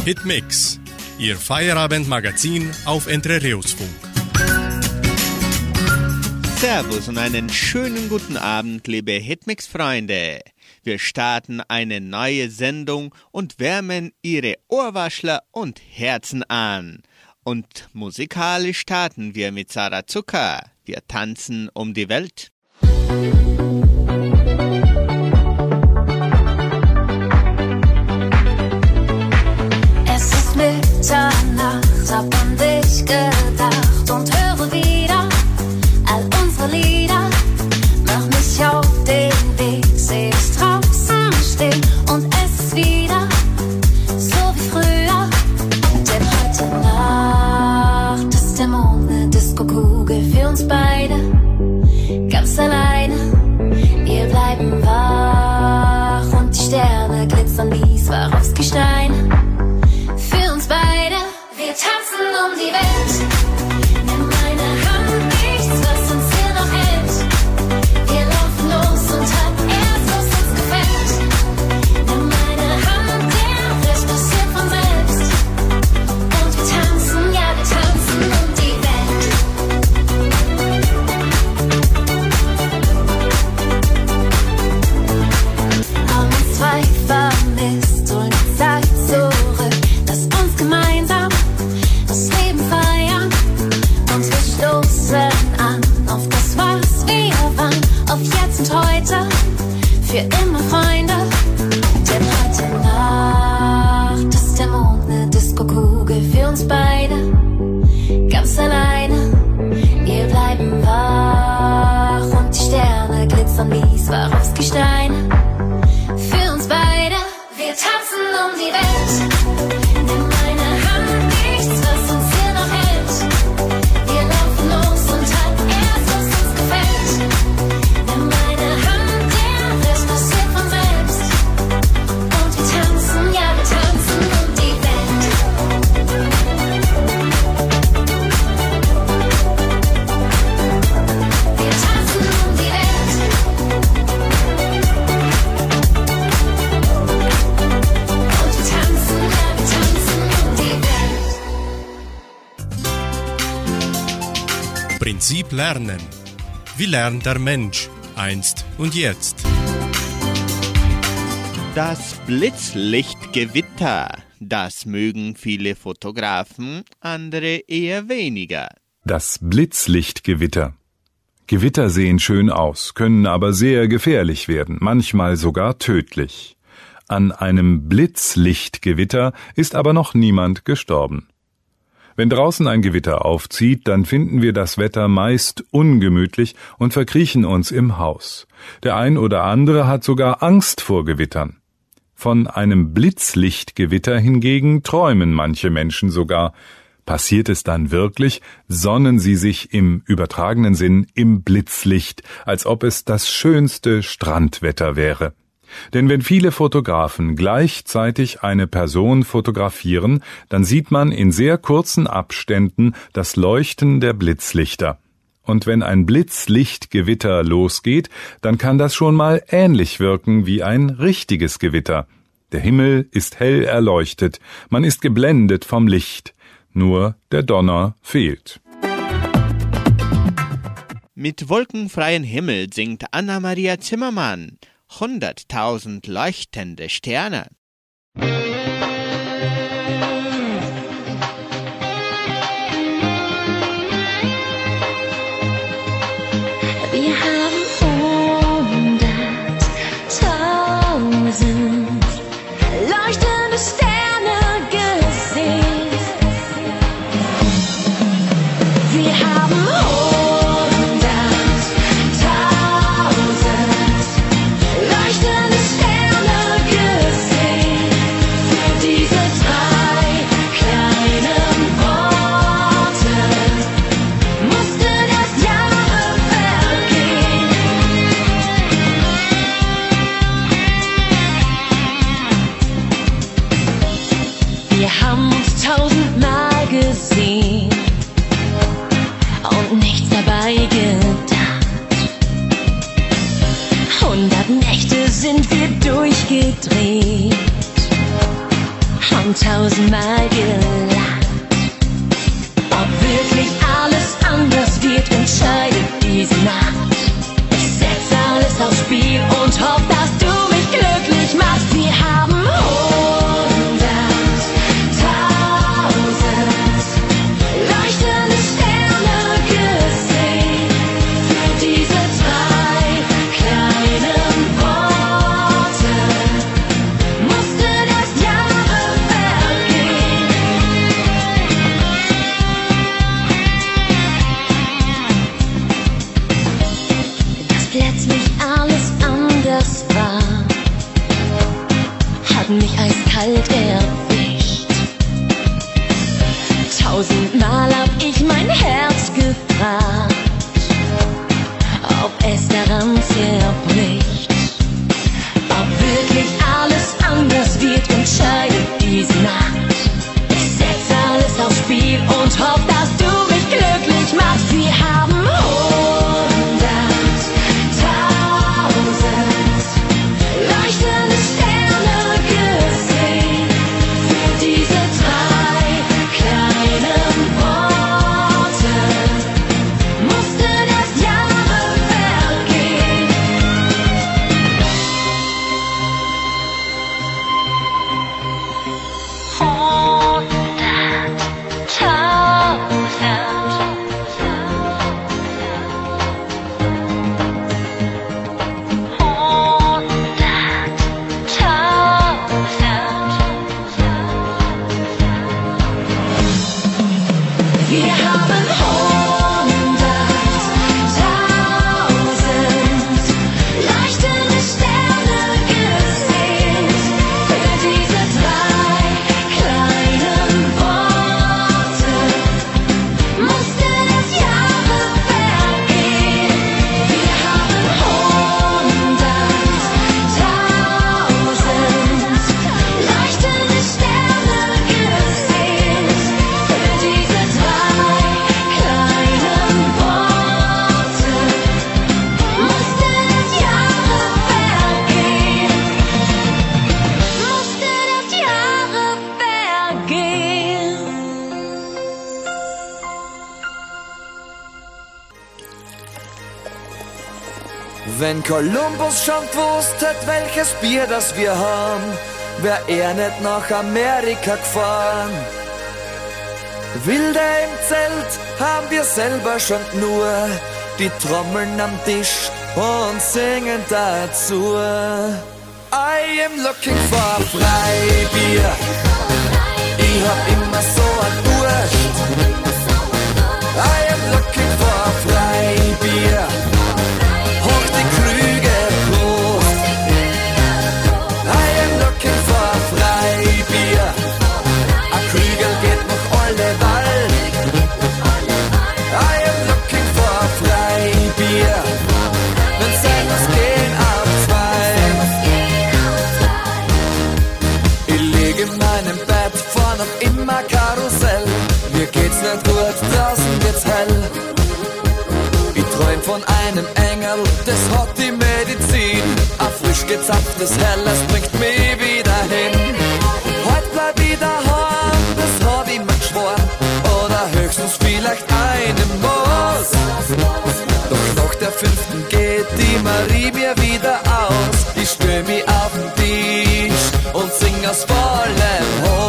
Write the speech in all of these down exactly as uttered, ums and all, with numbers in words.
Hitmix, Ihr Feierabendmagazin auf Entre Rios Funk. Servus und einen schönen guten Abend, liebe Hitmix-Freunde. Wir starten eine neue Sendung und wärmen Ihre Ohrwaschler und Herzen an. Und musikalisch starten wir mit Sarah Zucker. Wir tanzen um die Welt. Es ist Mitternacht, hab an dich gedacht und höre wieder all unsere Lieder. Mach mich auf den Weg, seh ich draußen stehen und es ist wieder so wie früher. Denn heute Nacht ist der Mond eine Disco-Kugel für uns beide, ganz alleine. Wir bleiben wach und die Sterne glitzern wie Swarovski-Steine. Für uns beide, wir tanzen um die Welt. Nimm meine Hand, nichts, was uns hier noch hält. Wir laufen los und hab erst, was uns gefällt. Nimm meine Hand, der Rest passiert von selbst. Und wir tanzen, ja wir tanzen um die Welt. Haben uns zwei vermisst, holen die Zeit zurück. Lass uns gemeinsam das Leben feiern. Und wir stoßen an auf das, was wir waren. Auf jetzt und heute, für immer Freunde. Denn heute Nacht ist der Mond eine Disco-Kugel für uns beide, ganz alleine. Wir bleiben wach und die Sterne glitzern wie Swarovski-Steine. Für uns beide, wir tanzen um die Welt. Nimm meine Hand, nichts, was uns hier noch hält. Wir laufen los und hab erst, was uns gefällt. Nimm meine Hand, der Rest passiert von selbst. Und wir tanzen, ja wir tanzen um die Welt. Wir tanzen um die Welt. Und wir tanzen, ja wir tanzen um die Welt. Prinzip Lernen. Wie lernt der Mensch einst und jetzt? Das Blitzlichtgewitter. Das mögen viele Fotografen, andere eher weniger. Das Blitzlichtgewitter. Gewitter sehen schön aus, können aber sehr gefährlich werden, manchmal sogar tödlich. An einem Blitzlichtgewitter ist aber noch niemand gestorben. Wenn draußen ein Gewitter aufzieht, dann finden wir das Wetter meist ungemütlich und verkriechen uns im Haus. Der ein oder andere hat sogar Angst vor Gewittern. Von einem Blitzlichtgewitter hingegen träumen manche Menschen sogar. Passiert es dann wirklich, sonnen sie sich im übertragenen Sinn im Blitzlicht, als ob es das schönste Strandwetter wäre. Denn wenn viele Fotografen gleichzeitig eine Person fotografieren, dann sieht man in sehr kurzen Abständen das Leuchten der Blitzlichter. Und wenn ein Blitzlichtgewitter losgeht, dann kann das schon mal ähnlich wirken wie ein richtiges Gewitter. Der Himmel ist hell erleuchtet, man ist geblendet vom Licht, nur der Donner fehlt. Mit wolkenfreiem Himmel singt Anna-Maria Zimmermann. Hunderttausend leuchtende Sterne. Wir haben hunderttausend leuchtende Sterne gesehen. Wir haben hunderttausend leuchtende Sterne gesehen. Für diese drei kleinen Worte musste das Jahre vergehen. Wir haben uns tausendmal gesehen und nichts dabei gedacht. Hundert Nächte sind wir durchgedreht, und tausendmal gelacht. Ob wirklich alles anders wird, entscheidet diese Nacht. Ich setz alles aufs Spiel und hoff, dass du mich glücklich machst. Wir haben hunderttausend leuchtende Sterne gesehen. Für diese drei kleinen Worte mussten erst Jahre vergehen. Dass plötzlich alles anders war, hat mich eiskalt erwischt. Tausendmal hab ich mein Herz gefragt, ob es daran zerbricht. Ob wirklich alles anders wird, entscheidet diese Nacht. Ich setz alles aufs Spiel und hoff, dass du mich glücklich machst. Wir haben hunderttausend leuchtende Sterne gesehen. Für diese drei kleinen Worte mussten erst Jahre vergehen. Wir haben hunderttausend leuchtende Sterne gesehen. Für diese drei kleinen Worte mussten erst Jahre vergehen. Wir haben hunderttausend leuchtende Sterne gesehen. Für diese drei kleinen Worte mussten erst Jahre vergehen. Mussten erst Jahre vergehen. Wenn Kolumbus schon gewusst hätt, welches Bier das wir haben, wär er nicht nach Amerika gefahren. Wilde im Zelt haben wir selber schon nur, die trommeln am Tisch und singen dazu. I am looking for Freibier, ich hab immer so ein Durst. I am looking for Freibier, hoch die Krüge Prost. I am looking for Freibier, a Krügel geht noch alle Wald. I am looking for Freibier, wenn sein muss gehen auf zwei. Ich lieg in meinem Bett, fahr noch immer Karussell. Mir geht's nicht gut, draußen wird's hell. Ich träum von einem Engel, das hat die Medizin. Ein frisch gezapftes Helles bringt mich wieder hin. Heut bleib ich daheim, das hab ich mir geschworen. Oder höchstens vielleicht eine Maus. Doch nach der fünften geht die Marie mir wieder aus. Ich stell mich auf den Tisch und sing aus vollem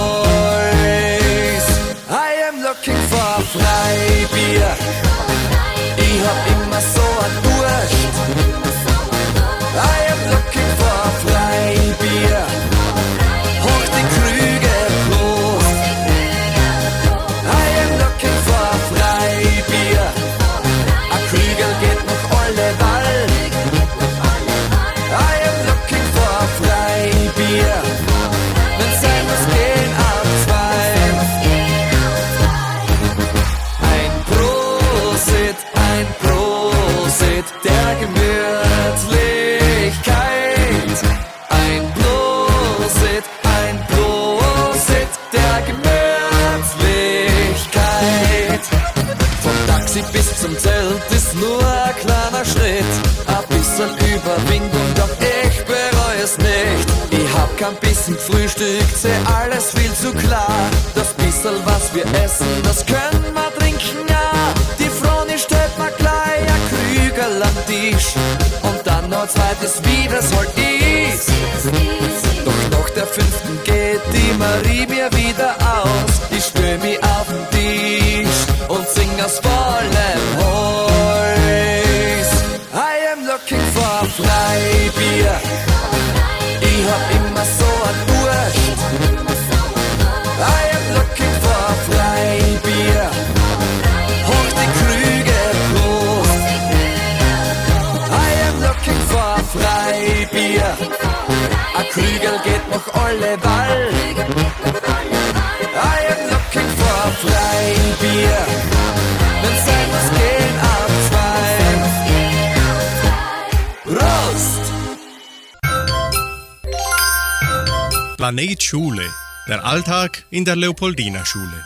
Hals. I am looking for Freibier, ich hab immer so ein Durst. I am looking for Freibier, hoch die Krüge Prost. I am looking for Freibier, a Krügel geht noch alle Wald. I am looking for Freibier, wenn bis zum Frühstück seh alles viel zu klar. Das bissel, was wir essen, das können wir trinken, ja. Die Froni stellt mir gleich ein Krügerl am Tisch. Und dann noch ein zweites Wie, das halt ich. Doch nach der fünften geht die Marie mir wieder aus. Ich stell mich auf den Tisch und sing aus vollem Hals. I am looking for Freibier. Ich hab immer so ein Durst. I am looking for Freibier. Hoch die Krüge bloß. I am looking for Freibier. A Krügel geht noch alle Ball. I am looking for Freibier. Wenn sein muss gehen auf zwei. Prost! Planet Schule, der Alltag in der Leopoldina-Schule.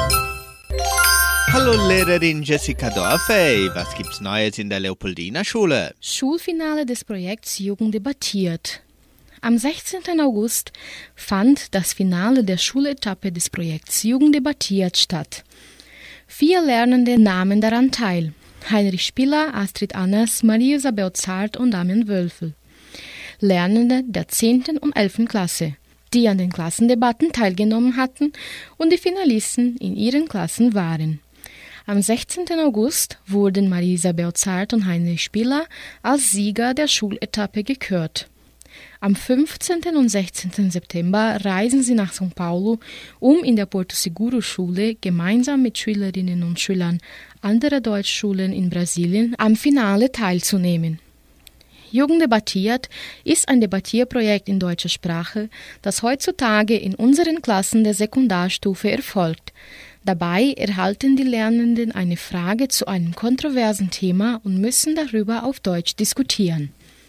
Hallo Lehrerin Jessica Dorfey, was gibt's Neues in der Leopoldina-Schule? Schulfinale des Projekts Jugend debattiert. Am sechzehnten August fand das Finale der Schuletappe des Projekts Jugend debattiert statt. Vier Lernende nahmen daran teil. Heinrich Spiller, Astrid Anners, Marie Isabel Zart und Damian Wölfel. Lernende der zehnten und elften Klasse, die an den Klassendebatten teilgenommen hatten und die Finalisten in ihren Klassen waren. Am sechzehnten August wurden Marie Isabel Zart und Heinrich Spiller als Sieger der Schuletappe gekürt. Am fünfzehnten und sechzehnten September reisen sie nach São Paulo, um in der Porto Seguro Schule gemeinsam mit Schülerinnen und Schülern anderer Deutschschulen in Brasilien am Finale teilzunehmen. Jugend debattiert ist ein Debattierprojekt in deutscher Sprache, das heutzutage in unseren Klassen der Sekundarstufe erfolgt. Dabei erhalten die Lernenden eine Frage zu einem kontroversen Thema und müssen darüber auf Deutsch diskutieren.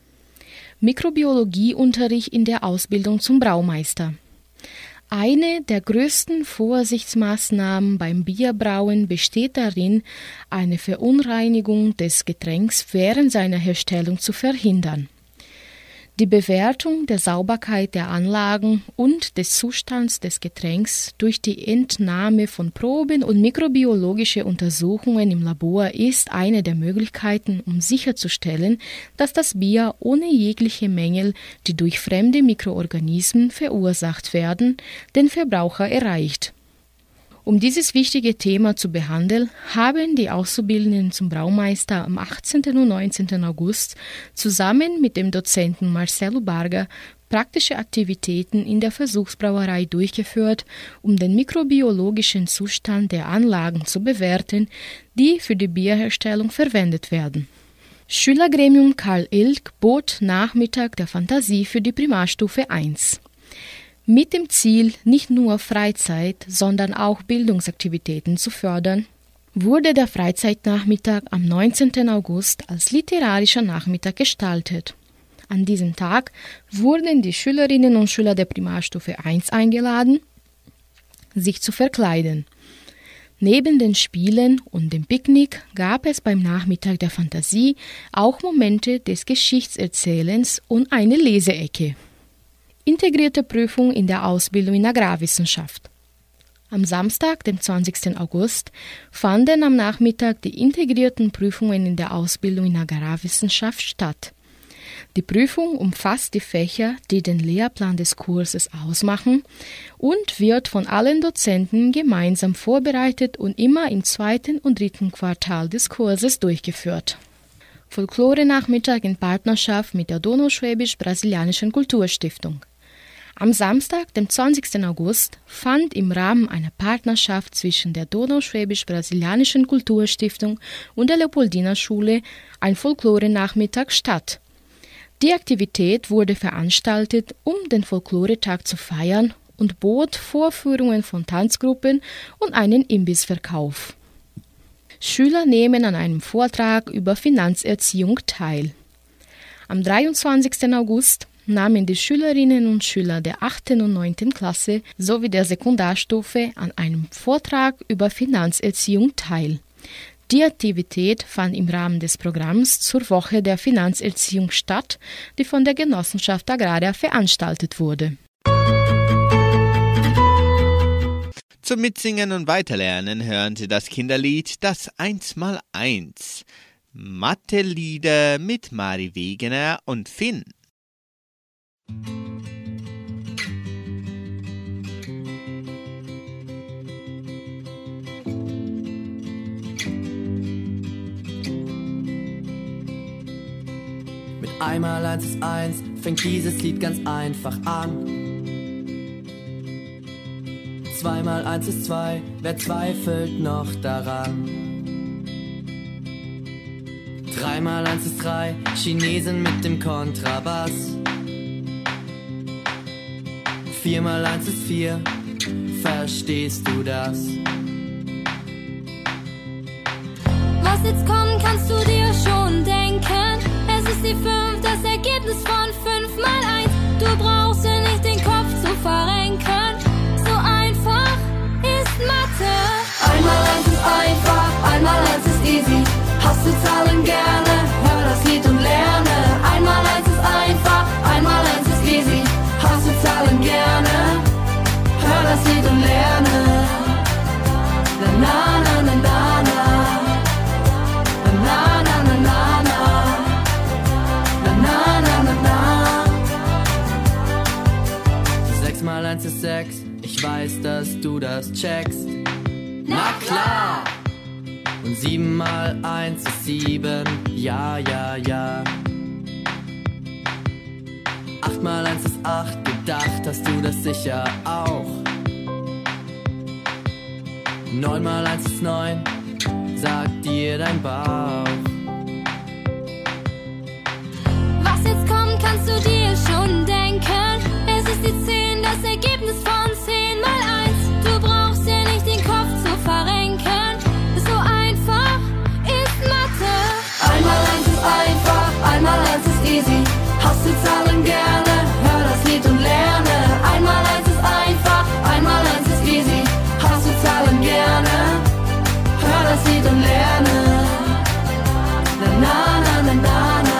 Mikrobiologieunterricht in der Ausbildung zum Braumeister. Eine der größten Vorsichtsmaßnahmen beim Bierbrauen besteht darin, eine Verunreinigung des Getränks während seiner Herstellung zu verhindern. Die Bewertung der Sauberkeit der Anlagen und des Zustands des Getränks durch die Entnahme von Proben und mikrobiologische Untersuchungen im Labor ist eine der Möglichkeiten, um sicherzustellen, dass das Bier ohne jegliche Mängel, die durch fremde Mikroorganismen verursacht werden, den Verbraucher erreicht. Um dieses wichtige Thema zu behandeln, haben die Auszubildenden zum Braumeister am achtzehnten und neunzehnten August zusammen mit dem Dozenten Marcelo Barga praktische Aktivitäten in der Versuchsbrauerei durchgeführt, um den mikrobiologischen Zustand der Anlagen zu bewerten, die für die Bierherstellung verwendet werden. Schülergremium Karl Ilk bot Nachmittag der Fantasie für die Primarstufe eins. Mit dem Ziel, nicht nur Freizeit, sondern auch Bildungsaktivitäten zu fördern, wurde der Freizeitnachmittag am neunzehnten August als literarischer Nachmittag gestaltet. An diesem Tag wurden die Schülerinnen und Schüler der Primarstufe eins eingeladen, sich zu verkleiden. Neben den Spielen und dem Picknick gab es beim Nachmittag der Fantasie auch Momente des Geschichtserzählens und eine Leseecke. Integrierte Prüfung in der Ausbildung in Agrarwissenschaft. Am Samstag, dem zwanzigsten August, fanden am Nachmittag die integrierten Prüfungen in der Ausbildung in Agrarwissenschaft statt. Die Prüfung umfasst die Fächer, die den Lehrplan des Kurses ausmachen und wird von allen Dozenten gemeinsam vorbereitet und immer im zweiten und dritten Quartal des Kurses durchgeführt. Folklore-Nachmittag in Partnerschaft mit der Donauschwäbisch-Brasilianischen Kulturstiftung. Am Samstag, dem zwanzigsten August, fand im Rahmen einer Partnerschaft zwischen der Donauschwäbisch-Brasilianischen Kulturstiftung und der Leopoldina-Schule ein Folklore-Nachmittag statt. Die Aktivität wurde veranstaltet, um den Folkloretag zu feiern und bot Vorführungen von Tanzgruppen und einen Imbissverkauf. Schüler nehmen an einem Vortrag über Finanzerziehung teil. Am dreiundzwanzigsten August nahmen die Schülerinnen und Schüler der achten und neunten Klasse sowie der Sekundarstufe an einem Vortrag über Finanzerziehung teil. Die Aktivität fand im Rahmen des Programms zur Woche der Finanzerziehung statt, die von der Genossenschaft Agraria veranstaltet wurde. Zum Mitsingen und Weiterlernen hören Sie das Kinderlied Das Eins mal Eins. Mathe-Lieder mit Mari Wegener und Finn. Mit einmal eins ist eins fängt dieses Lied ganz einfach an. Zweimal eins ist zwei, wer zweifelt noch daran? Dreimal eins ist drei, Chinesen mit dem Kontrabass. Viermal eins ist vier, verstehst du das? Was jetzt kommt, kannst du dir schon denken. Es ist die fünf, das Ergebnis von fünf mal eins. Du brauchst ja nicht den Kopf zu verrenken. So einfach ist Mathe. Einmal eins ist einfach, einmal eins ist easy. Hast du Zahlen gerne, hör das Lied und lerne. Einmal eins ist einfach, einmal eins ist easy. Hast du Zahlen gerne, hör das Lied und lerne. Na na na na na na. Na na na na na. Na na na na na. Sechs mal eins ist sechs, ich weiß, dass du das checkst. Na klar! Und sieben mal eins ist sieben, ja, ja, ja. Acht mal eins ist acht, gedacht hast du das sicher auch. Neun mal eins ist neun, sagt dir dein Bauch. Was jetzt kommt, kannst du dir schon denken. Es ist die zehn, das Ergebnis von zehn mal eins. Du brauchst ja nicht den Kopf zu verrenken. So einfach ist Mathe. Einmal eins ist einfach, einmal eins ist easy. Hast du Zahlen gerne, hör das Lied und lerne. Einmal eins ist einfach, einmal eins ist easy. Hast du Zahlen gerne, hör das Lied und lerne. Na na na na na na.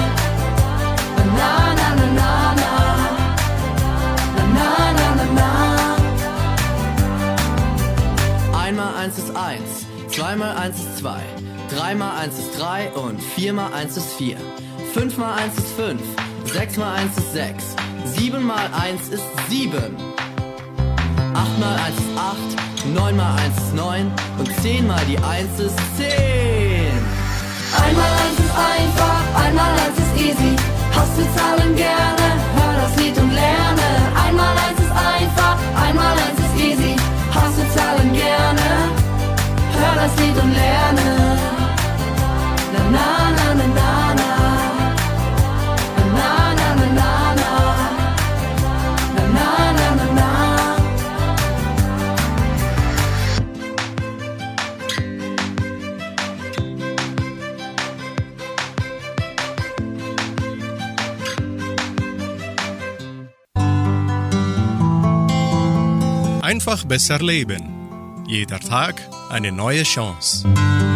Na na na na na. Na na na na na. Einmal eins ist eins, zweimal eins ist zwei, dreimal eins ist drei und viermal eins ist vier. Fünfmal eins ist fünf, sechsmal eins ist sechs, siebenmal eins ist sieben. Achtmal eins ist acht, neunmal eins ist neun und zehnmal die eins ist zehn. Einmal eins ist einfach, einmal eins ist easy. Hast du Zahlen gerne, hör das Lied und lerne. Einmal eins ist einfach, einmal eins ist easy. Hast du Zahlen gerne, hör das Lied und lerne. Na na na na na na. Na na na na na. Na na na na na. Einfach besser leben. Jeder Tag eine neue Chance.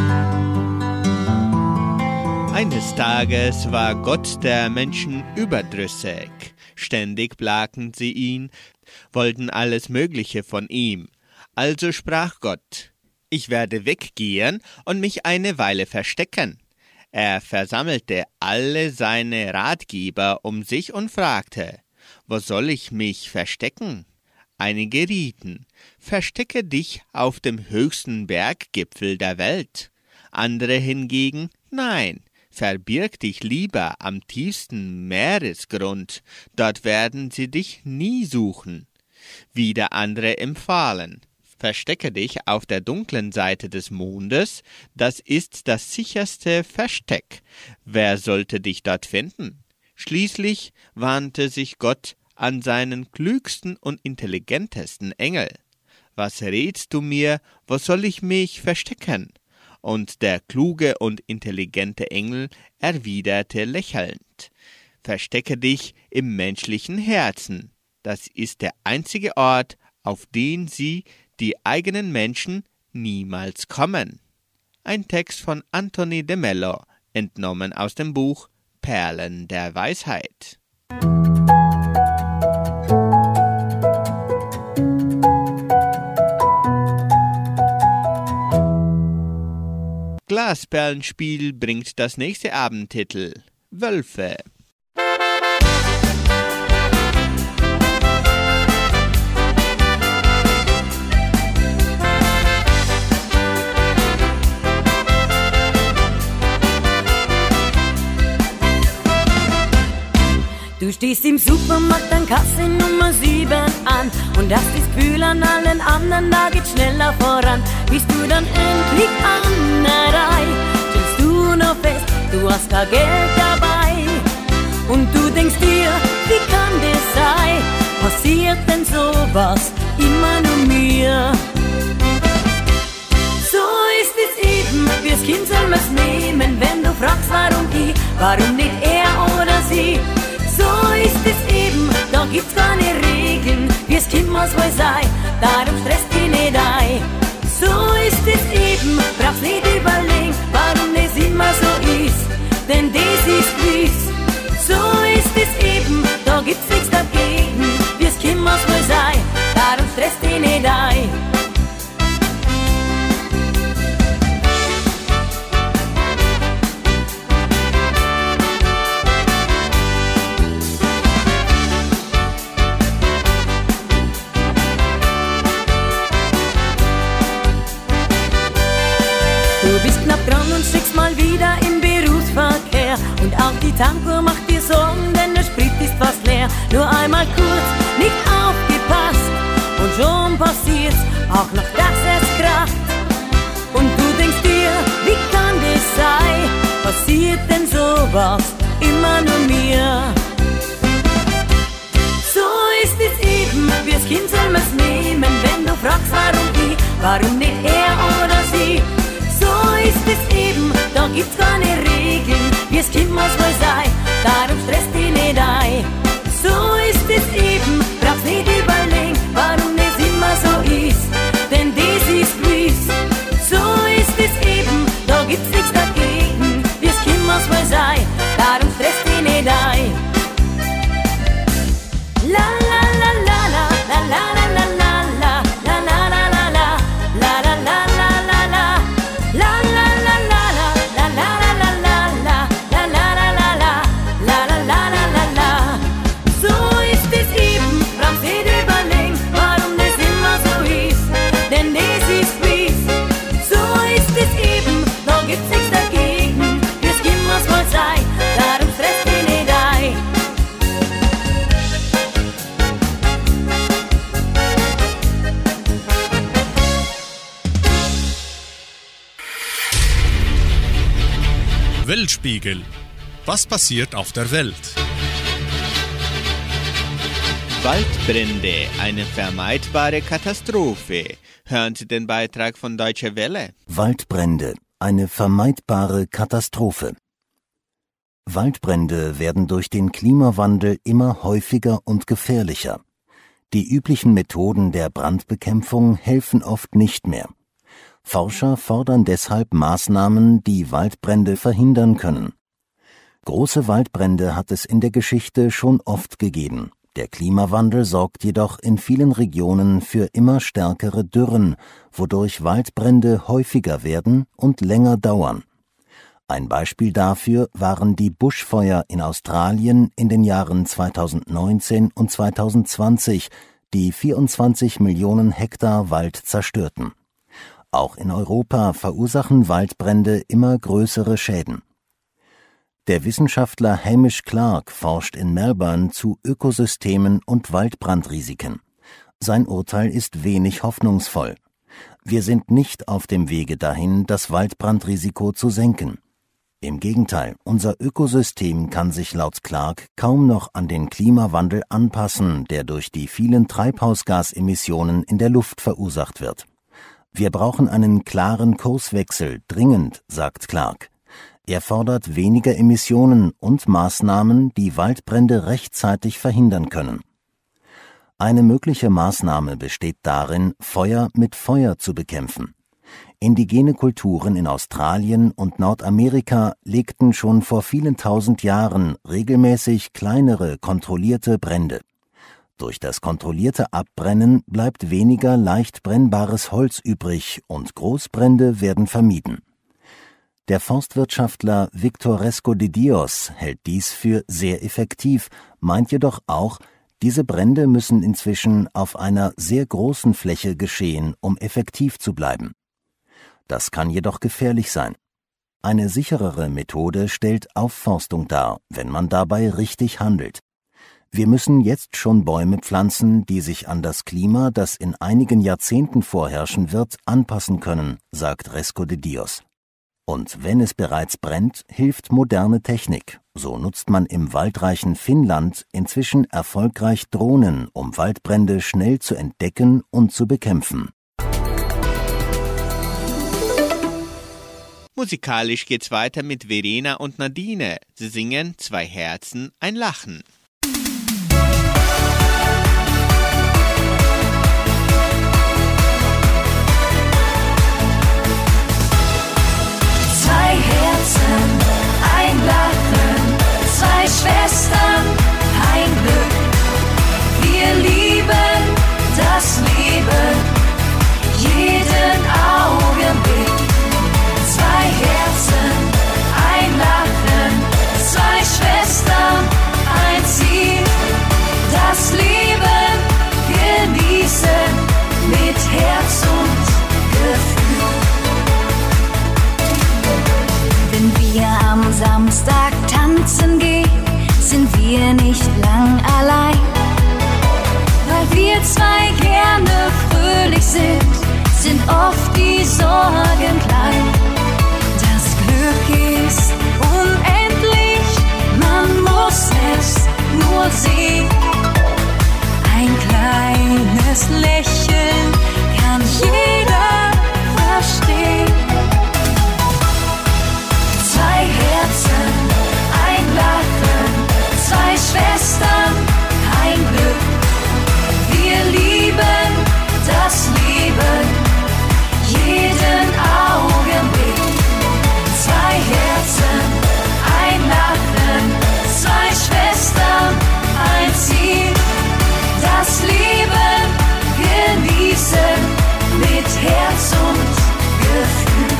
Eines Tages war Gott der Menschen überdrüssig. Ständig plagten sie ihn, wollten alles Mögliche von ihm. Also sprach Gott: Ich werde weggehen und mich eine Weile verstecken. Er versammelte alle seine Ratgeber um sich und fragte: Wo soll ich mich verstecken? Einige rieten: Verstecke dich auf dem höchsten Berggipfel der Welt. Andere hingegen: Nein, verbirg dich lieber am tiefsten Meeresgrund, dort werden sie dich nie suchen. Wieder andere empfahlen: Verstecke dich auf der dunklen Seite des Mondes, das ist das sicherste Versteck. Wer sollte dich dort finden? Schließlich wandte sich Gott an seinen klügsten und intelligentesten Engel: Was rätst du mir, wo soll ich mich verstecken? Und der kluge und intelligente Engel erwiderte lächelnd: Verstecke dich im menschlichen Herzen. Das ist der einzige Ort, auf den sie, die eigenen Menschen, niemals kommen. Ein Text von Anthony de Mello, entnommen aus dem Buch Perlen der Weisheit. Glasperlenspiel bringt das nächste Abendtitel: Wölfe. Du stehst im Supermarkt an Kasse Nummer sieben an und hast das Gefühl an allen anderen, da geht's schneller voran. Bist du dann endlich an der Reihe, stellst du noch fest, du hast kein Geld dabei. Und du denkst dir, wie kann das sein? Passiert denn sowas immer nur mir? So ist es eben, fürs Kind soll man's nehmen, wenn du fragst, warum ich, warum nicht er oder sie. So ist es eben, da gibt's keine Regeln, wie's Kind muss wohl sein, darum stresst dich nicht ein. So ist es eben, brauchst nicht überlegen, warum das immer so ist, denn das ist wie's. So ist es eben, da gibt's nichts dagegen, wie's Kind muss wohl sein, darum stresst dich nicht ein. Du bist knapp dran und steckst mal wieder im Berufsverkehr. Und auch die Tankuhr macht dir Sorgen, denn der Sprit ist fast leer. Nur einmal kurz nicht aufgepasst und schon passiert's, auch noch das erst kracht. Und du denkst dir, wie kann das sein? Passiert denn sowas immer nur mir? So ist es eben, fürs Kind soll man's nehmen, wenn du fragst, warum ich, warum nicht er oder sie. So ist es eben, da gibt's keine Regeln, wie's Kind muss wohl sein, darum stresst dich nicht ein. So ist es eben, brauchst nicht überlegen, warum das immer so ist, denn das ist wie's. So ist es eben, da gibt's nichts dagegen, wie's Kind muss wohl sein, darum stresst dich nicht ein. La la la la la la la la la la la la la la la la la la. Weltspiegel. Was passiert auf der Welt? Waldbrände, eine vermeidbare Katastrophe. Hören Sie den Beitrag von Deutsche Welle. Waldbrände, eine vermeidbare Katastrophe. Waldbrände werden durch den Klimawandel immer häufiger und gefährlicher. Die üblichen Methoden der Brandbekämpfung helfen oft nicht mehr. Forscher fordern deshalb Maßnahmen, die Waldbrände verhindern können. Große Waldbrände hat es in der Geschichte schon oft gegeben. Der Klimawandel sorgt jedoch in vielen Regionen für immer stärkere Dürren, wodurch Waldbrände häufiger werden und länger dauern. Ein Beispiel dafür waren die Buschfeuer in Australien in den Jahren zweitausendneunzehn und zweitausendzwanzig, die vierundzwanzig Millionen Hektar Wald zerstörten. Auch in Europa verursachen Waldbrände immer größere Schäden. Der Wissenschaftler Hamish Clarke forscht in Melbourne zu Ökosystemen und Waldbrandrisiken. Sein Urteil ist wenig hoffnungsvoll. Wir sind nicht auf dem Wege dahin, das Waldbrandrisiko zu senken. Im Gegenteil, unser Ökosystem kann sich laut Clarke kaum noch an den Klimawandel anpassen, der durch die vielen Treibhausgasemissionen in der Luft verursacht wird. Wir brauchen einen klaren Kurswechsel, dringend, sagt Clarke. Er fordert weniger Emissionen und Maßnahmen, die Waldbrände rechtzeitig verhindern können. Eine mögliche Maßnahme besteht darin, Feuer mit Feuer zu bekämpfen. Indigene Kulturen in Australien und Nordamerika legten schon vor vielen tausend Jahren regelmäßig kleinere, kontrollierte Brände. Durch das kontrollierte Abbrennen bleibt weniger leicht brennbares Holz übrig und Großbrände werden vermieden. Der Forstwirtschaftler Victor Resco de Dios hält dies für sehr effektiv, meint jedoch auch, diese Brände müssen inzwischen auf einer sehr großen Fläche geschehen, um effektiv zu bleiben. Das kann jedoch gefährlich sein. Eine sicherere Methode stellt Aufforstung dar, wenn man dabei richtig handelt. Wir müssen jetzt schon Bäume pflanzen, die sich an das Klima, das in einigen Jahrzehnten vorherrschen wird, anpassen können, sagt Resco de Dios. Und wenn es bereits brennt, hilft moderne Technik. So nutzt man im waldreichen Finnland inzwischen erfolgreich Drohnen, um Waldbrände schnell zu entdecken und zu bekämpfen. Musikalisch geht's weiter mit Verena und Nadine. Sie singen Zwei Herzen, ein Lachen. Zwei Herzen, ein Lachen, zwei Schwestern, ein Glück. Wir lieben das Leben, jeden Augenblick. Zwei Herzen, ein Lachen, zwei Schwestern, ein Ziel. Das Leben genießen mit Herz und Gefühl. Wenn wir am Samstag tanzen gehen, sind wir nicht lang allein. Weil wir zwei gerne fröhlich sind, sind oft die Sorgen klein. Das Glück ist unendlich, man muss es nur sehen. Ein kleines Lächeln kann jeder verstehen. Zwei Herzen, ein Lachen, zwei Schwestern, ein Glück. Wir lieben das Leben, jeden Augenblick. Zwei Herzen, ein Lachen, zwei Schwestern, ein Ziel. Das Leben genießen mit Herz und Gefühl.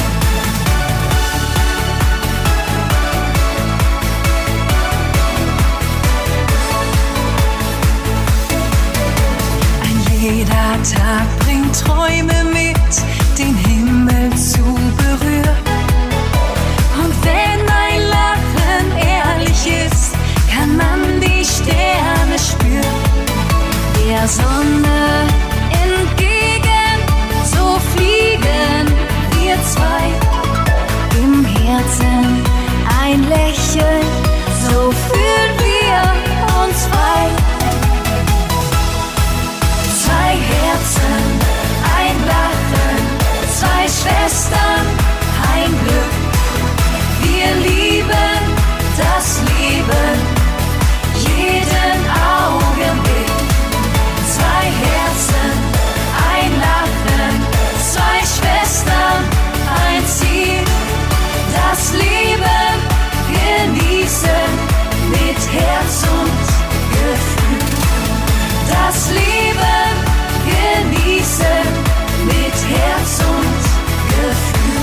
Jeder Tag bringt Träume mit, den Himmel zu berühren. Und wenn ein Lachen ehrlich ist, kann man die Sterne spüren. Der Sonne entgegen, so fliegen wir zwei. Im Herzen ein Lächeln, so fühlen wir uns frei. Zwei Herzen, ein Lachen, zwei Schwestern, ein Glück. Wir lieben das Leben, jeden Augenblick. Zwei Herzen, ein Lachen, zwei Schwestern, ein Ziel. Das Leben genießen mit Herz und Gefühl. Das Leben genießen mit Herz und Gefühl.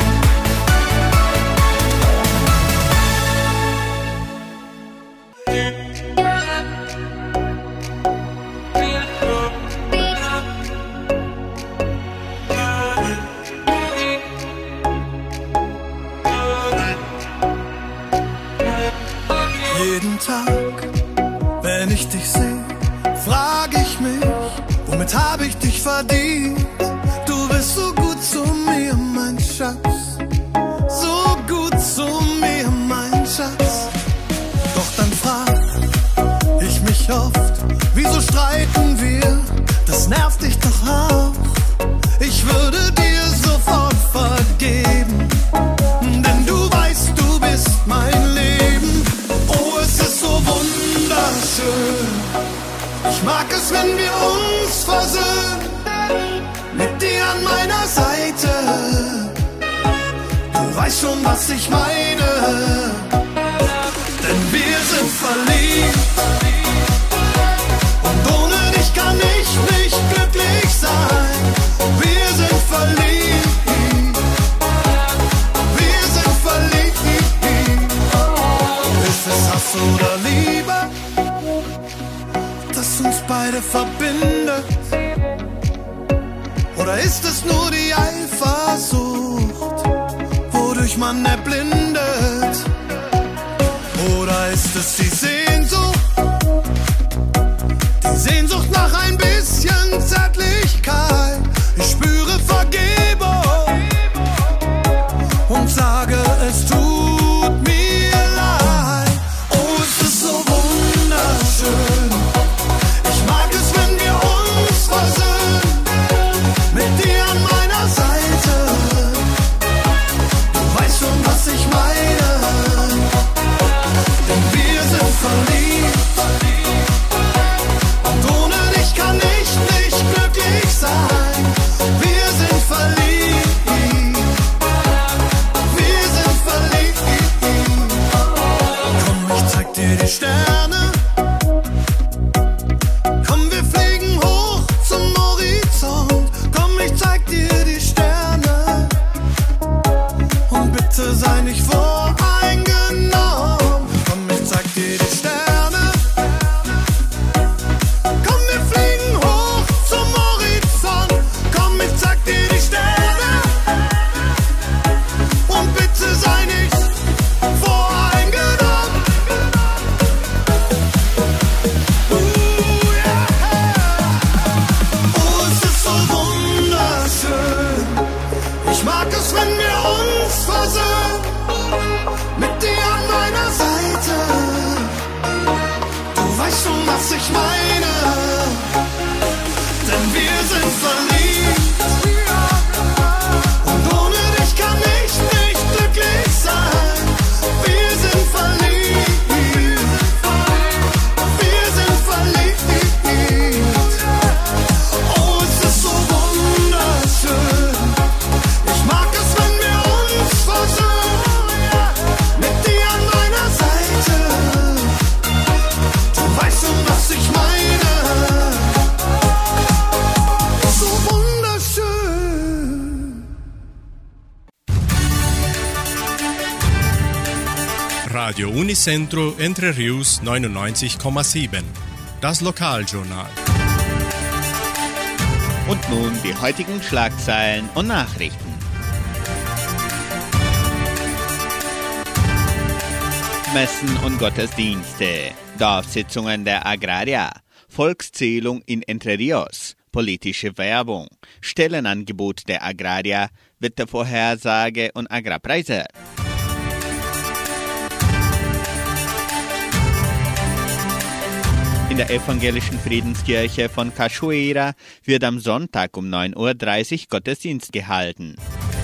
Jeden Tag, wenn ich dich sehe, frage ich mich, womit habe ich dich verdient? Du bist so gut zu mir, mein Schatz. So gut zu mir, mein Schatz. Doch dann frag ich mich oft, wieso streiten wir? Das nervt dich doch auch. Ich würde dir sofort vergeben, denn du weißt, du bist mein Leben. Oh, es ist so wunderschön. Ich mag es, wenn wir uns versöhnen, mit dir an meiner Seite. Du weißt schon, was ich meine, denn wir sind verliebt. Und ohne dich kann ich nicht glücklich sein. Wir sind verliebt. Wir beide verbindet? Oder ist es nur die Eifersucht, wodurch man erblindet? Oder ist es die Sehnsucht, die Sehnsucht nach ein bisschen Zärtlichkeit? Ich spüre Vergebung und sage, es tut mir leid. Oh, es ist so wunderschön. Ich mag es, wenn wir uns versöhnen, mit dir an meiner Seite. Du weißt schon, was ich meine, denn wir sind verliebt. Und ohne dich kann ich nicht glücklich sein. Wir sind verliebt. Wir sind verliebt. Komm, ich zeig dir die Sterne. Komm, wir fliegen hoch zum Horizont. Komm, ich zeig dir die Sterne. Und bitte sei nicht voreingenommen. Komm, ich zeig dir die Sterne. Komm, wir fliegen hoch zum Horizont. Komm, ich zeig dir die Sterne. Und bitte sei nicht voreingenommen. Uh, yeah. Oh, es ist so wunderschön. Ich mag es, wenn wir uns versöhnen, mit dir an meiner Seite. Du weißt schon, was ich meine, denn wir sind verliebt. Und ohne dich kann ich nicht glücklich sein. Wir sind verliebt. Wir sind verliebt. Oh, es ist so wunderschön. Ich mag es, wenn wir uns versöhnen, mit dir an meiner Seite. Du weißt schon, was ich meine. So wunderschön. Radio Unicentro Entre Rius neunundneunzig Komma sieben. Das Lokaljournal. Und nun die heutigen Schlagzeilen und Nachrichten. Messen und Gottesdienste, Dorfsitzungen der Agraria, Volkszählung in Entre Rios, politische Werbung, Stellenangebot der Agraria, Wettervorhersage und Agrarpreise. In der evangelischen Friedenskirche von Cachoeira wird am Sonntag um neun Uhr dreißig Gottesdienst gehalten.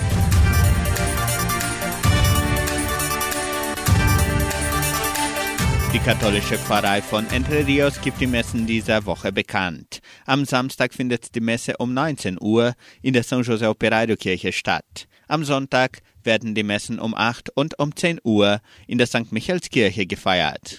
Die katholische Pfarrei von Entre Rios gibt die Messen dieser Woche bekannt. Am Samstag findet die Messe um neunzehn Uhr in der San José Operario Kirche statt. Am Sonntag werden die Messen um acht und um zehn Uhr in der Sankt Michaelskirche gefeiert.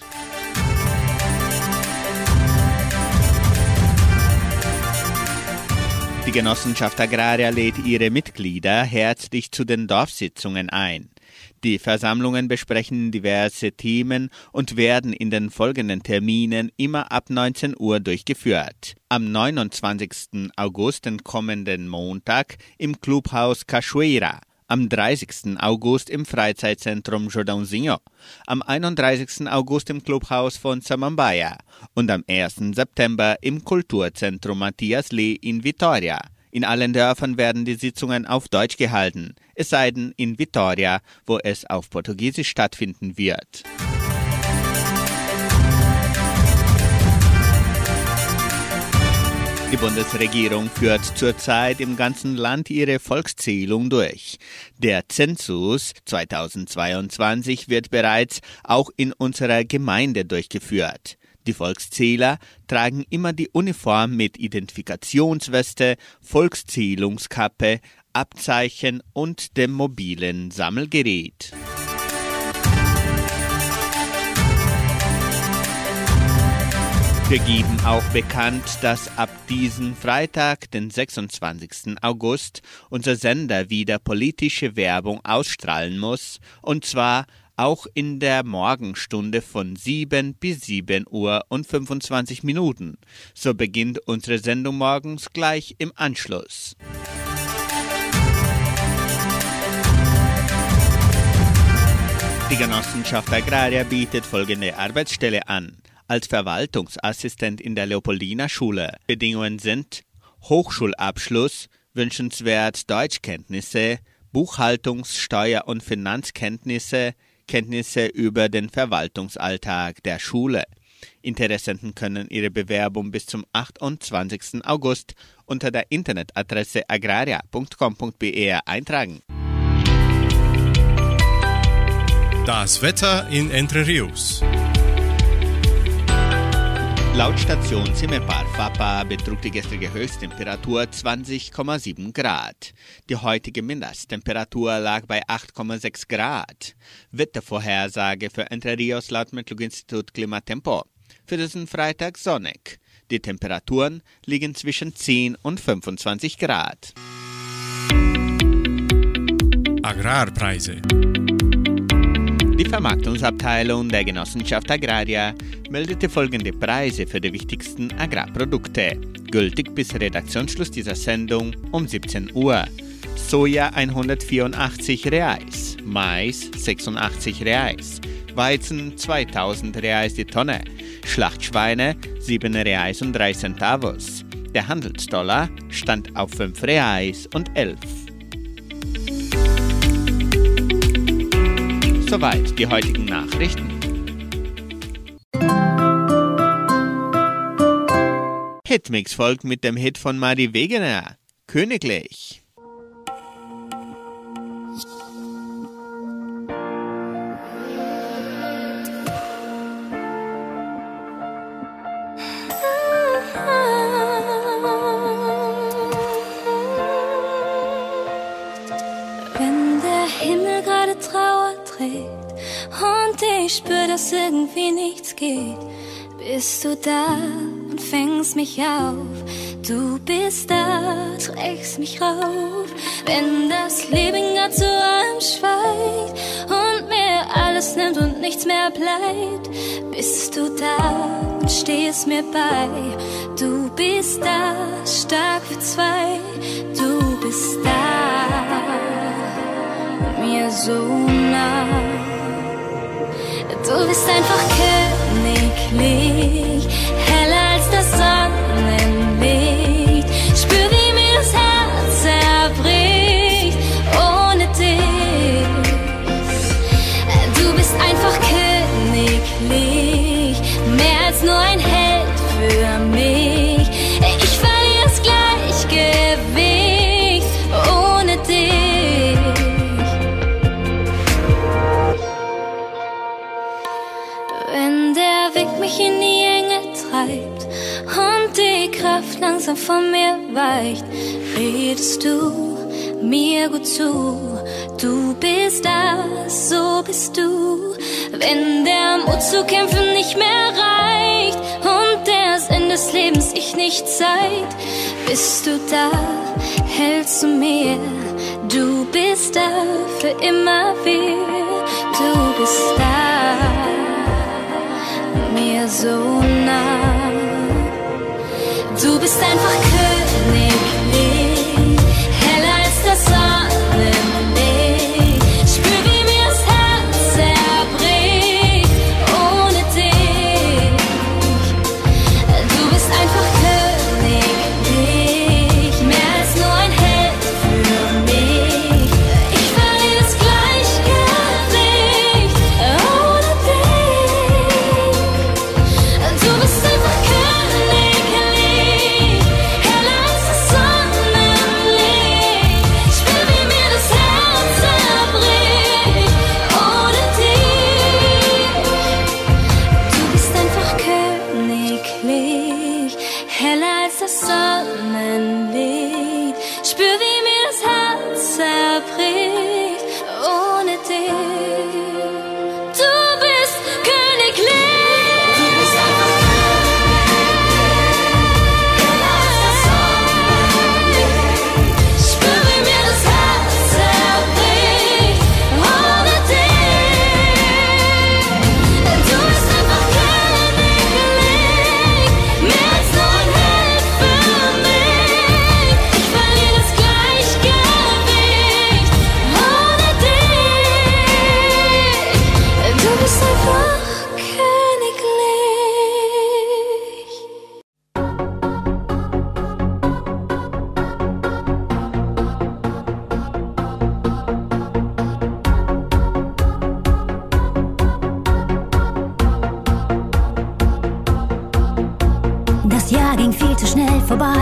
Die Genossenschaft Agraria lädt ihre Mitglieder herzlich zu den Dorfsitzungen ein. Die Versammlungen besprechen diverse Themen und werden in den folgenden Terminen immer ab neunzehn Uhr durchgeführt. Am neunundzwanzigsten August, den kommenden Montag, im Clubhaus Cachoeira. Am dreißigsten August im Freizeitzentrum Jordãozinho, am einunddreißigsten August im Clubhaus von Samambaia und am ersten September im Kulturzentrum Matthias Lee in Vitória. In allen Dörfern werden die Sitzungen auf Deutsch gehalten, es sei denn in Vitória, wo es auf Portugiesisch stattfinden wird. Die Bundesregierung führt zurzeit im ganzen Land ihre Volkszählung durch. Der Zensus zweitausendzweiundzwanzig wird bereits auch in unserer Gemeinde durchgeführt. Die Volkszähler tragen immer die Uniform mit Identifikationsweste, Volkszählungskappe, Abzeichen und dem mobilen Sammelgerät. Wir geben auch bekannt, dass ab diesem Freitag, den sechsundzwanzigsten August, unser Sender wieder politische Werbung ausstrahlen muss, und zwar auch in der Morgenstunde von sieben bis sieben Uhr und fünfundzwanzig Minuten. So beginnt unsere Sendung morgens gleich im Anschluss. Die Genossenschaft Agraria bietet folgende Arbeitsstelle an. Als Verwaltungsassistent in der Leopoldina-Schule. Bedingungen sind Hochschulabschluss, wünschenswert Deutschkenntnisse, Buchhaltungs-, Steuer- und Finanzkenntnisse, Kenntnisse über den Verwaltungsalltag der Schule. Interessenten können ihre Bewerbung bis zum achtundzwanzigsten August unter der Internetadresse agraria punkt com punkt b r eintragen. Das Wetter in Entre Rios. Laut Station Simepar Fapa betrug die gestrige Höchsttemperatur zwanzig Komma sieben Grad. Die heutige Mindesttemperatur lag bei acht Komma sechs Grad. Wettervorhersage für Entre Rios laut Metlog-Institut Klimatempo. Für diesen Freitag sonnig. Die Temperaturen liegen zwischen zehn und fünfundzwanzig Grad. Agrarpreise. Die Vermarktungsabteilung der Genossenschaft Agraria meldete folgende Preise für die wichtigsten Agrarprodukte. Gültig bis Redaktionsschluss dieser Sendung um siebzehn Uhr. Soja hundertvierundachtzig Reais, Mais sechsundachtzig Reais, Weizen zweitausend Reais die Tonne, Schlachtschweine sieben Reais und drei Centavos. Der Handelsdollar stand auf fünf Reais und elf. Soweit die heutigen Nachrichten. Hitmix folgt mit dem Hit von Marie Wegener, Königlich. Wenn der Himmel gerade Trauer trägt und ich spür, dass irgendwie nichts geht, bist du da und fängst mich auf. Du bist da, trägst mich rauf. Wenn das Leben grad so anschweigt und mir alles nimmt und nichts mehr bleibt, bist du da und stehst mir bei. Du bist da, stark für zwei. Du bist da, mir so nah. Du bist einfach königlich, heller als das Sonnenlicht. Spür, wie mir das Herz zerbricht ohne dich. Du bist einfach königlich, mehr als nur ein Held für mich. Ich verliere das Gleichgewicht ohne dich. Wenn der Weg mich in die Enge treibt und die Kraft langsam von mir weicht, redest du mir gut zu. Du bist da, so bist du. Wenn der Mut zu kämpfen nicht mehr reicht und der Sinn des Lebens ich nicht zeigt, bist du da, hältst du mir. Du bist da für immer wieder. Du bist da, mir so nah. Du bist einfach königlich, heller als das Sonnenlicht. Spür, wie mir das Herz zerbricht ohne dich. Du bist einfach königlich, mehr als nur ein Held für mich. Ich verliere das Gleichgewicht ohne dich. Du bist einfach königlich, heller als das Sonnenlicht.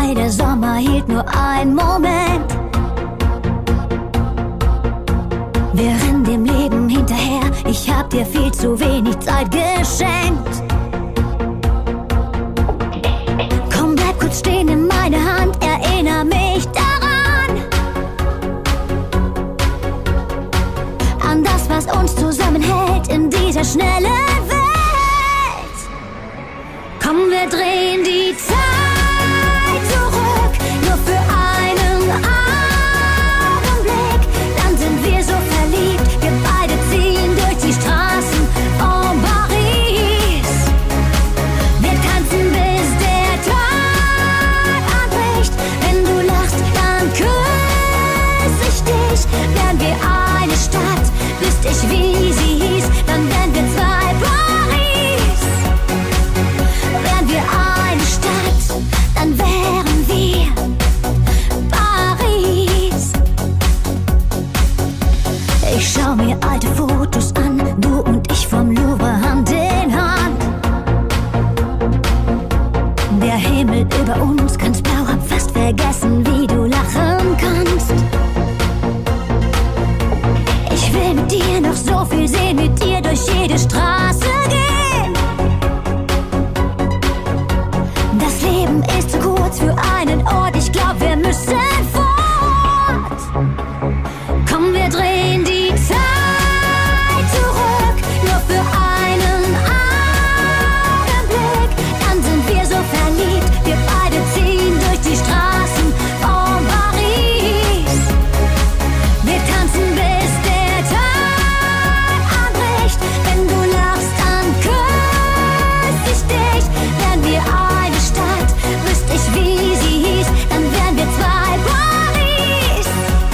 Wobei der Sommer hielt nur einen Moment. Wir rennen dem Leben hinterher, ich hab dir viel zu wenig Zeit geschenkt. Komm, bleib kurz stehen, nimm meine Hand, erinner mich daran. An das, was uns zusammenhält in dieser schnellen Welt. Komm, wir drehen die Zeit zurück, nur für einen Augenblick. Dann sind wir so verliebt, wir beide ziehen durch die Straßen von Paris. Wir tanzen bis der Tag anbricht. Wenn du lachst, dann küss ich dich. Wären wir eine Stadt, wüsste ich, wie sie hieß, dann wären wir zwei Paris. Wären wir eine Stadt, dann wären wir Paris. Ich schau mir alte Fotos an, du und ich vom Louvre Hand in Hand. Der Himmel über uns ganz blau, hab fast vergessen, wie du lachen kannst. Ich will mit dir noch so viel sehen, mit dir durch jede Straße gehen. Das Leben ist zu kurz für einen Ort, ich glaub, wir müssen fort. Komm, wir drehen die Zeit zurück, nur für einen Augenblick. Dann sind wir so verliebt, wir beide ziehen durch die Straßen von Paris. Wir tanzen bis der Tag anbricht. Wenn du lachst, dann küss ich dich. Wären wir eine Stadt, wüsste ich, wie sie hieß, dann wären wir zwei Paris.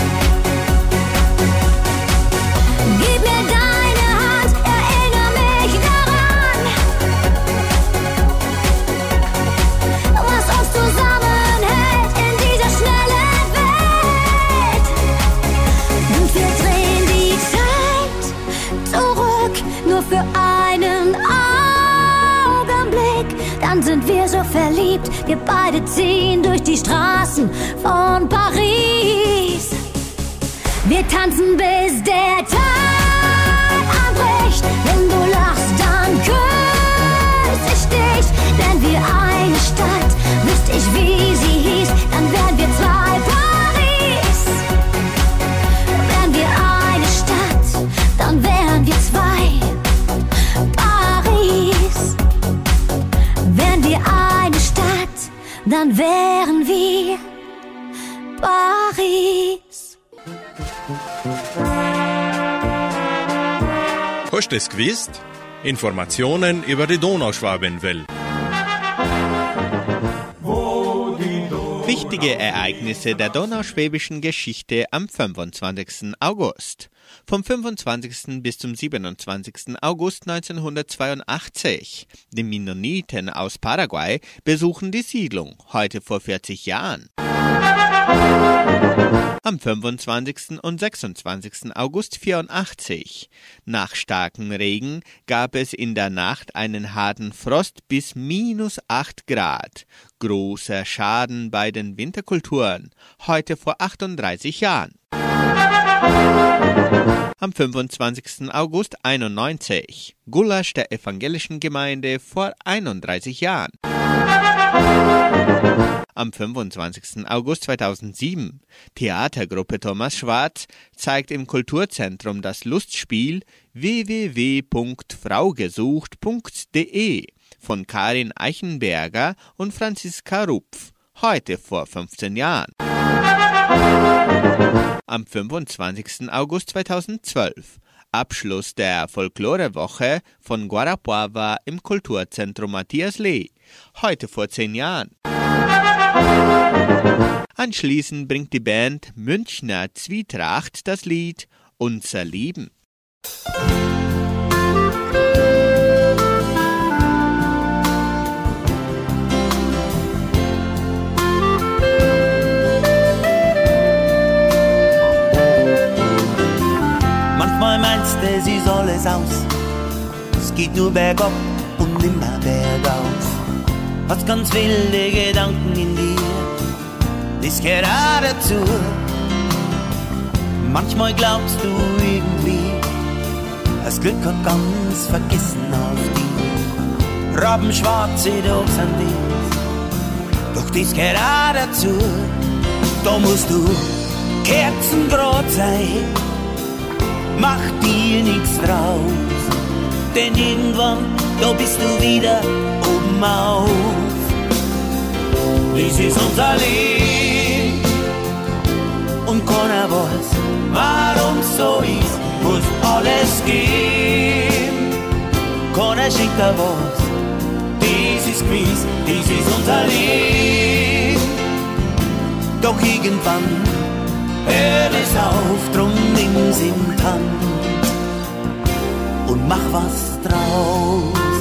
Gib mir deine Hand, erinnere mich daran, was uns zusammenhält in dieser schnellen Welt. Und wir drehen die Zeit zurück, nur für einen Augenblick. Dann sind wir so verliebt, wir beide ziehen durch die Straßen von Paris. Wir tanzen bis der Tag anbricht. Wenn du lachst, dann küss ich dich. Wären wir eine Stadt, wüsste ich, wie sie hieß, dann wären wir zwei Paris. Wären wir eine Stadt, dann wären wir zwei Paris. Wären wir eine Stadt, dann wären wir Paris. Hast du es gewusst? Informationen über die Donauschwabenwelle. Wichtige Ereignisse der donauschwäbischen Geschichte am fünfundzwanzigsten August. Vom fünfundzwanzigsten bis zum siebenundzwanzigsten August neunzehnhundertzweiundachtzig. Die Mennoniten aus Paraguay besuchen die Siedlung, heute vor vierzig Jahren. Am fünfundzwanzigsten und sechsundzwanzigsten August vierundachtzig. Nach starkem Regen gab es in der Nacht einen harten Frost bis minus acht Grad. Großer Schaden bei den Winterkulturen, heute vor achtunddreißig Jahren. Am fünfundzwanzigsten August einundneunzig. Gulasch der evangelischen Gemeinde vor einunddreißig Jahren. Am fünfundzwanzigsten August zweitausendsieben. Theatergruppe Thomas Schwarz zeigt im Kulturzentrum das Lustspiel w w w punkt fraugesucht punkt d e von Karin Eichenberger und Franziska Rupf, heute vor fünfzehn Jahren. Am fünfundzwanzigsten August zweitausendzwölf. Abschluss der Folklorewoche von Guarapuava im Kulturzentrum Matthias Lee, heute vor zehn Jahren. Anschließend bringt die Band Münchner Zwietracht das Lied Unser Lieben. Manchmal meinst du, sie soll es aus. Es geht nur bergab und immer bergauf. Hast ganz wilde Gedanken in dir, ist geradezu. Manchmal glaubst du irgendwie, das Glück hat ganz vergessen auf die Rabenschwarze doch sind die, doch dies geradezu. Da musst du kerzengrad sein, mach dir nichts draus, denn irgendwann, da bist du wieder oben auf. Dies ist unser Leben und keiner weiß, warum so ist, muss alles gehen. Keiner schenkt da was, dies ist gewiss, dies ist unser Leben. Doch irgendwann hört es auf, drum nimm's in die Hand und mach was draus.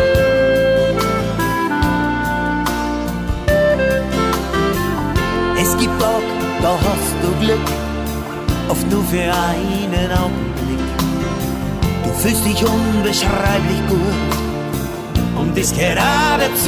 Es gibt Tage, da hast du Glück, oft nur für einen Augenblick. Du fühlst dich unbeschreiblich gut und bist geradezu.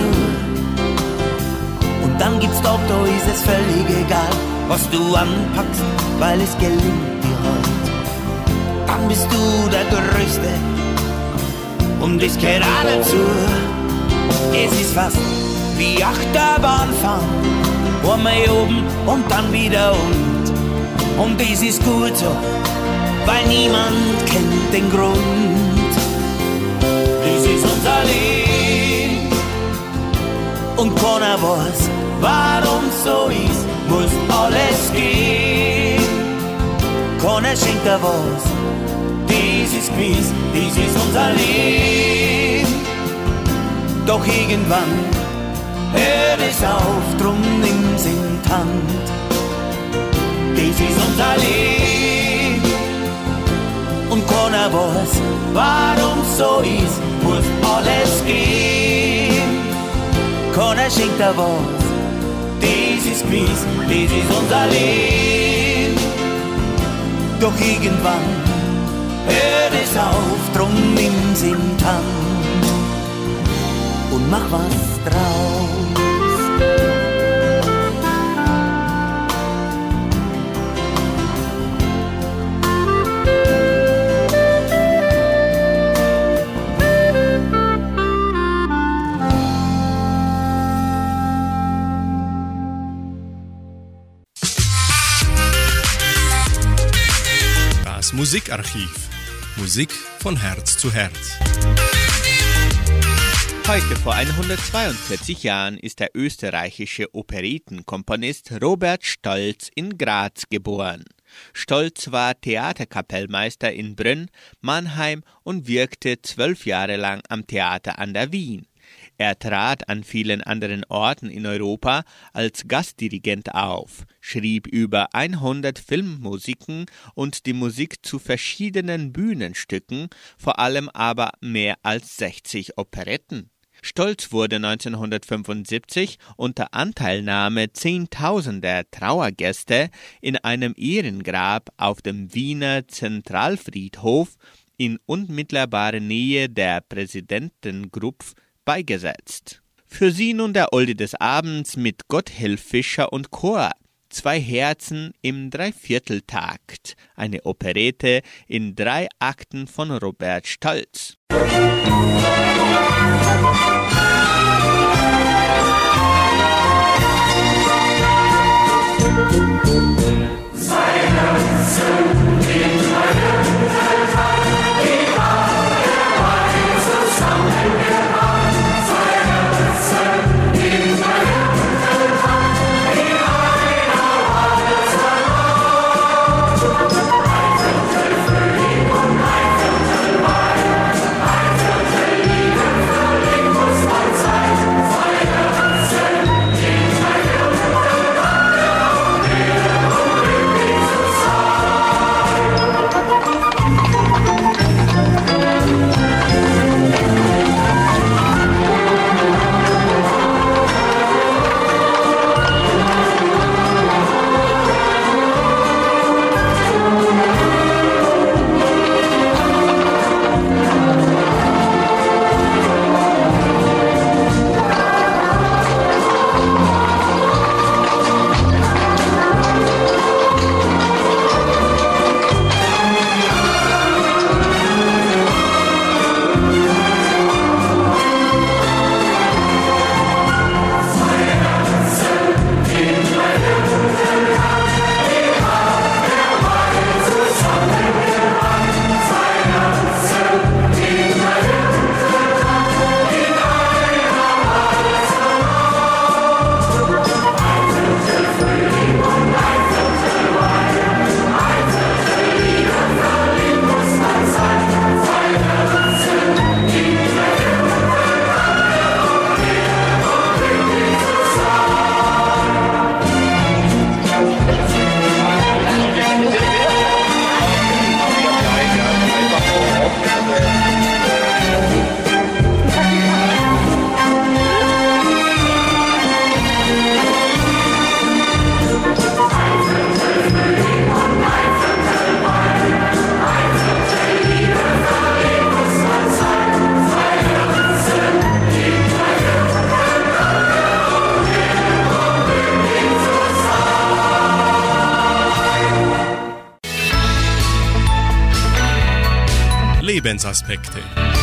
Und dann gibt's Tage, da ist es völlig egal, was du anpackst, weil es gelingt dir halt. Dann bist du der Größte und bist geradezu. Es ist fast wie Achterbahnfahren, einmal oben und dann wieder unten. Und das ist gut so, weil niemand kennt den Grund. Das ist unser Leben und keiner weiß, warum so ist, muss alles gehen. Keiner schenkt da was, dies ist gewiss, dies ist unser Leben. Doch irgendwann hört es auf, drum nimm's in die Hand. Dies ist unser Leben und keiner weiß, warum so ist, muss alles gehen. Keiner schenkt da was, dies ist gewiss, dies ist unser Leben. Doch irgendwann hört es auf, drum nimm's in die Hand und mach was draus. Das Musikarchiv. Musik von Herz zu Herz. Heute vor hundertzweiundvierzig Jahren ist der österreichische Operettenkomponist Robert Stolz in Graz geboren. Stolz war Theaterkapellmeister in Brünn, Mannheim und wirkte zwölf Jahre lang am Theater an der Wien. Er trat an vielen anderen Orten in Europa als Gastdirigent auf, schrieb über hundert Filmmusiken und die Musik zu verschiedenen Bühnenstücken, vor allem aber mehr als sechzig Operetten. Stolz wurde neunzehnhundertfünfundsiebzig unter Anteilnahme zehntausender Trauergäste in einem Ehrengrab auf dem Wiener Zentralfriedhof in unmittelbarer Nähe der Präsidentengruft beigesetzt. Für sie nun der Olde des Abends mit Gotthelf Fischer und Chor, Zwei Herzen im Dreivierteltakt, eine Operette in drei Akten von Robert Stolz. Ein Viertel Liebe Lebensaspekte.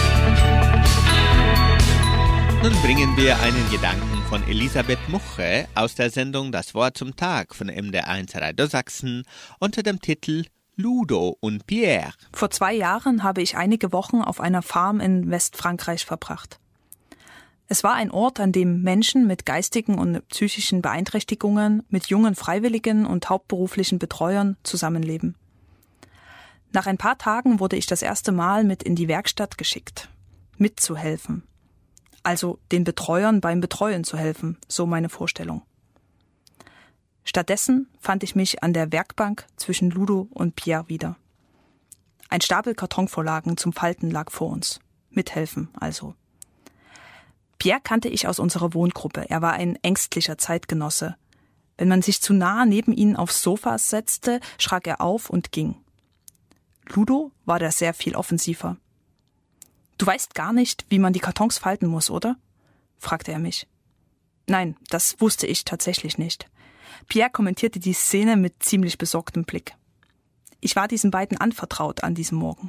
Nun bringen wir einen Gedanken von Elisabeth Muche aus der Sendung Das Wort zum Tag von M D eins Radio Sachsen unter dem Titel Ludo und Pierre. Vor zwei Jahren habe ich einige Wochen auf einer Farm in Westfrankreich verbracht. Es war ein Ort, an dem Menschen mit geistigen und psychischen Beeinträchtigungen mit jungen Freiwilligen und hauptberuflichen Betreuern zusammenleben. Nach ein paar Tagen wurde ich das erste Mal mit in die Werkstatt geschickt, mitzuhelfen. Also den Betreuern beim Betreuen zu helfen, so meine Vorstellung. Stattdessen fand ich mich an der Werkbank zwischen Ludo und Pierre wieder. Ein Stapel Kartonvorlagen zum Falten lag vor uns. Mithelfen also. Pierre kannte ich aus unserer Wohngruppe. Er war ein ängstlicher Zeitgenosse. Wenn man sich zu nah neben ihn aufs Sofa setzte, schrak er auf und ging. Ludo war da sehr viel offensiver. »Du weißt gar nicht, wie man die Kartons falten muss, oder?« fragte er mich. Nein, das wusste ich tatsächlich nicht. Pierre kommentierte die Szene mit ziemlich besorgtem Blick. Ich war diesen beiden anvertraut an diesem Morgen.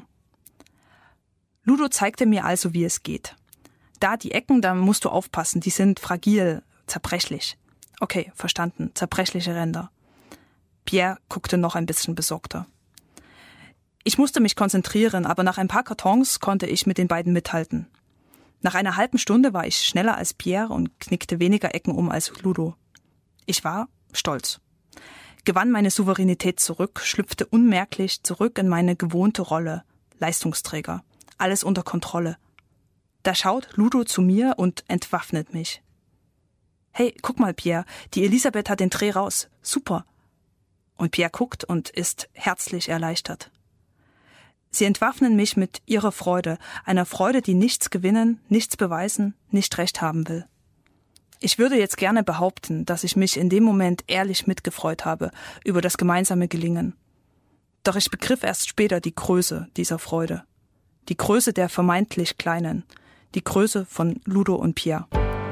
Ludo zeigte mir also, wie es geht. Da die Ecken, da musst du aufpassen, die sind fragil, zerbrechlich. Okay, verstanden, zerbrechliche Ränder. Pierre guckte noch ein bisschen besorgter. Ich musste mich konzentrieren, aber nach ein paar Kartons konnte ich mit den beiden mithalten. Nach einer halben Stunde war ich schneller als Pierre und knickte weniger Ecken um als Ludo. Ich war stolz. Gewann meine Souveränität zurück, schlüpfte unmerklich zurück in meine gewohnte Rolle. Leistungsträger. Alles unter Kontrolle. Da schaut Ludo zu mir und entwaffnet mich. Hey, guck mal, Pierre, die Elisabeth hat den Dreh raus. Super. Und Pierre guckt und ist herzlich erleichtert. Sie entwaffnen mich mit ihrer Freude, einer Freude, die nichts gewinnen, nichts beweisen, nicht recht haben will. Ich würde jetzt gerne behaupten, dass ich mich in dem Moment ehrlich mitgefreut habe über das gemeinsame Gelingen. Doch ich begriff erst später die Größe dieser Freude. Die Größe der vermeintlich Kleinen. Die Größe von Ludo und Pierre.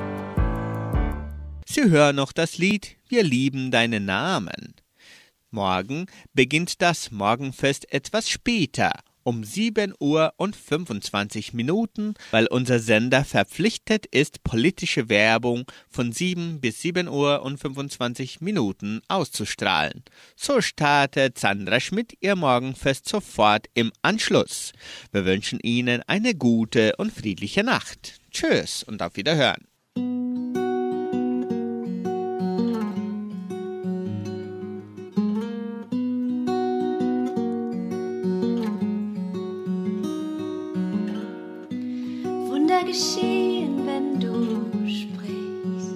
Sie hören noch das Lied Wir lieben deinen Namen. Morgen beginnt das Morgenfest etwas später, um sieben Uhr und fünfundzwanzig Minuten, weil unser Sender verpflichtet ist, politische Werbung von sieben bis sieben Uhr und fünfundzwanzig Minuten auszustrahlen. So startet Sandra Schmidt ihr Morgenfest sofort im Anschluss. Wir wünschen Ihnen eine gute und friedliche Nacht. Tschüss und auf Wiederhören. Geschehen, wenn du sprichst.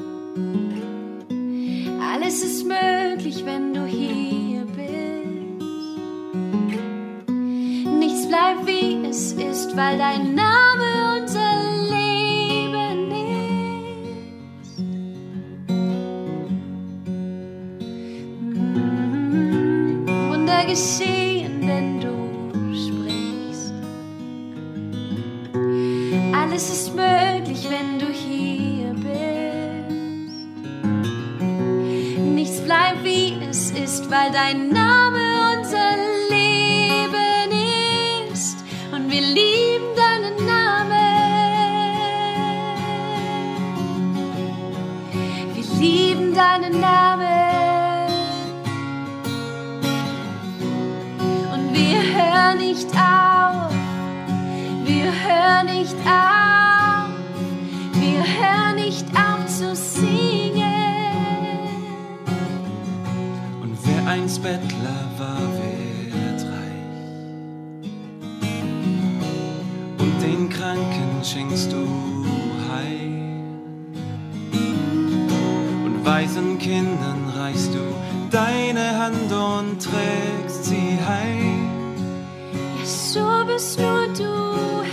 Alles ist möglich, wenn du hier bist. Nichts bleibt wie es ist, weil dein Name unser Leben ist. Mm-hmm. Wunder geschehen, wenn du Alles ist möglich, wenn du hier bist. Nichts bleibt wie es ist, weil dein Name unser Leben ist. Und wir lieben deinen Namen. Wir lieben deinen Namen. Und wir hören nicht auf. Wir hören nicht auf, wir hören nicht auf zu singen. Und wer einst Bettler war, wird reich. Und den Kranken schenkst du Heil. Und weisen Kindern reichst du deine Hand und trägst sie heim. Ja, so bist nur du.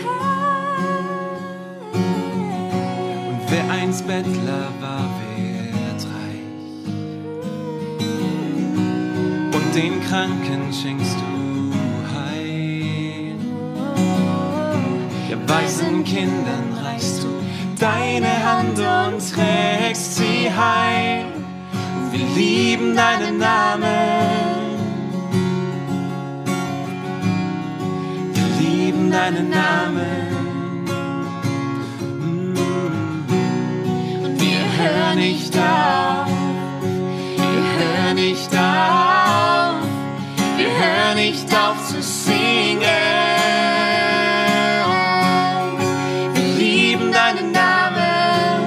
Wer einst Bettler war, wird reich. Und den Kranken schenkst du Heil. Ja, weisen Kindern reichst du deine Hand und trägst sie heim. Wir lieben deinen Namen. Wir lieben lieben deinen Namen. Und wir hören nicht auf, wir hören nicht auf, wir hören nicht auf zu singen. Wir lieben deinen Namen,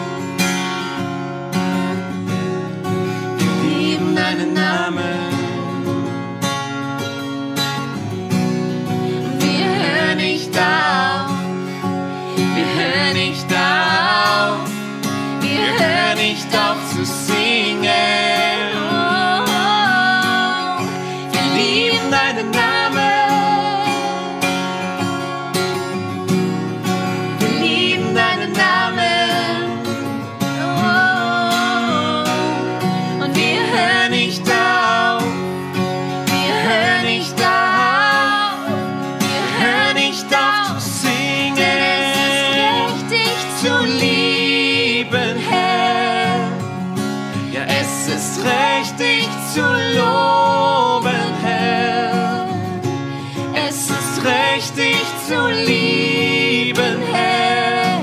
wir lieben deinen Namen. Wir hören nicht auf, wir hören nicht auf, wir hören nicht auf zu singen. Wir lieben deinen Namen, wir lieben deinen Namen. Und wir hören nicht auf, wir hören nicht auf, wir hören nicht auf zu singen. Es ist richtig zu lieben, Herr. Ja, es ist recht, dich zu loben, Herr. Es ist recht, dich zu lieben, Herr.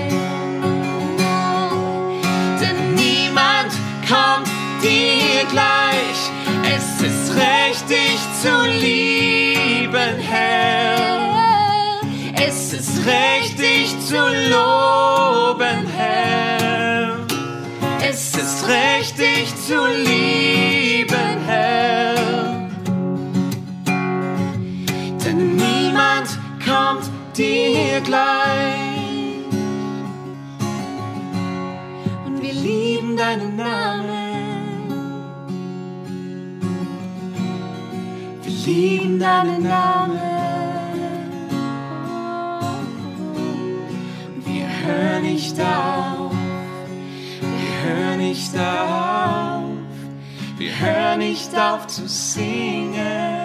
Denn niemand kommt dir gleich. Es ist recht, dich zu lieben, Herr. Es ist recht, dich zu loben, Herr. Es ist recht, dich zu lieben, Herr. Denn niemand kommt dir gleich. Und wir lieben deinen Namen. Wir lieben deinen Namen. Wir hören nicht auf, wir hören nicht auf, wir hören nicht auf zu singen.